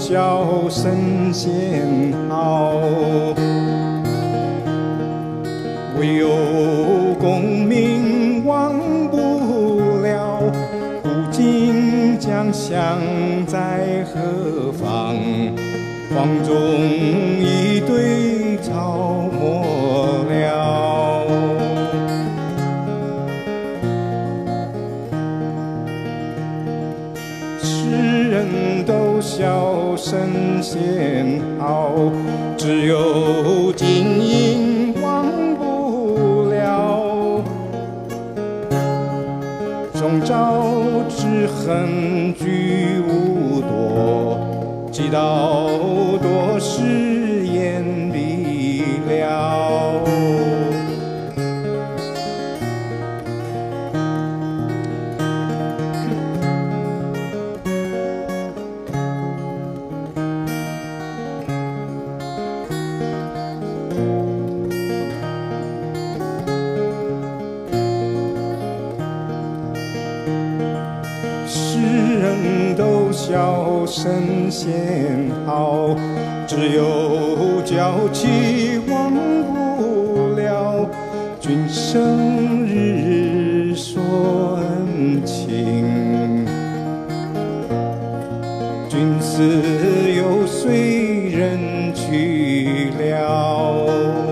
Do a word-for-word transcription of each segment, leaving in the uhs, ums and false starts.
孝圣贤好，唯有功名忘不了。古今将相在何方？黄忠一对草没了。世人都笑圣贤好，只有金银忘不了。终朝之恨居无多，几道多是眼闭了。世人都笑圣贤好，只有娇妻忘不了。君生日日说恩情，君死又随人去了。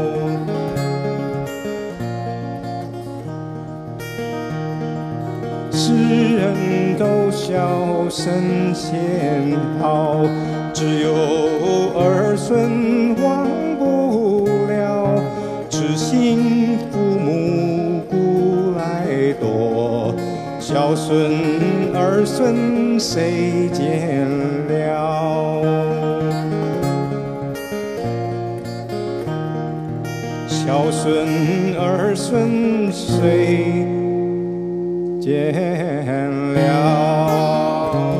世人都笑圣贤好，只有儿孙忘不了。痴心父母古来多，孝顺儿孙谁见了？孝顺儿孙谁见了？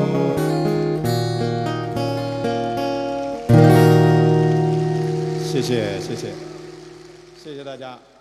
谢谢，谢谢，谢谢大家。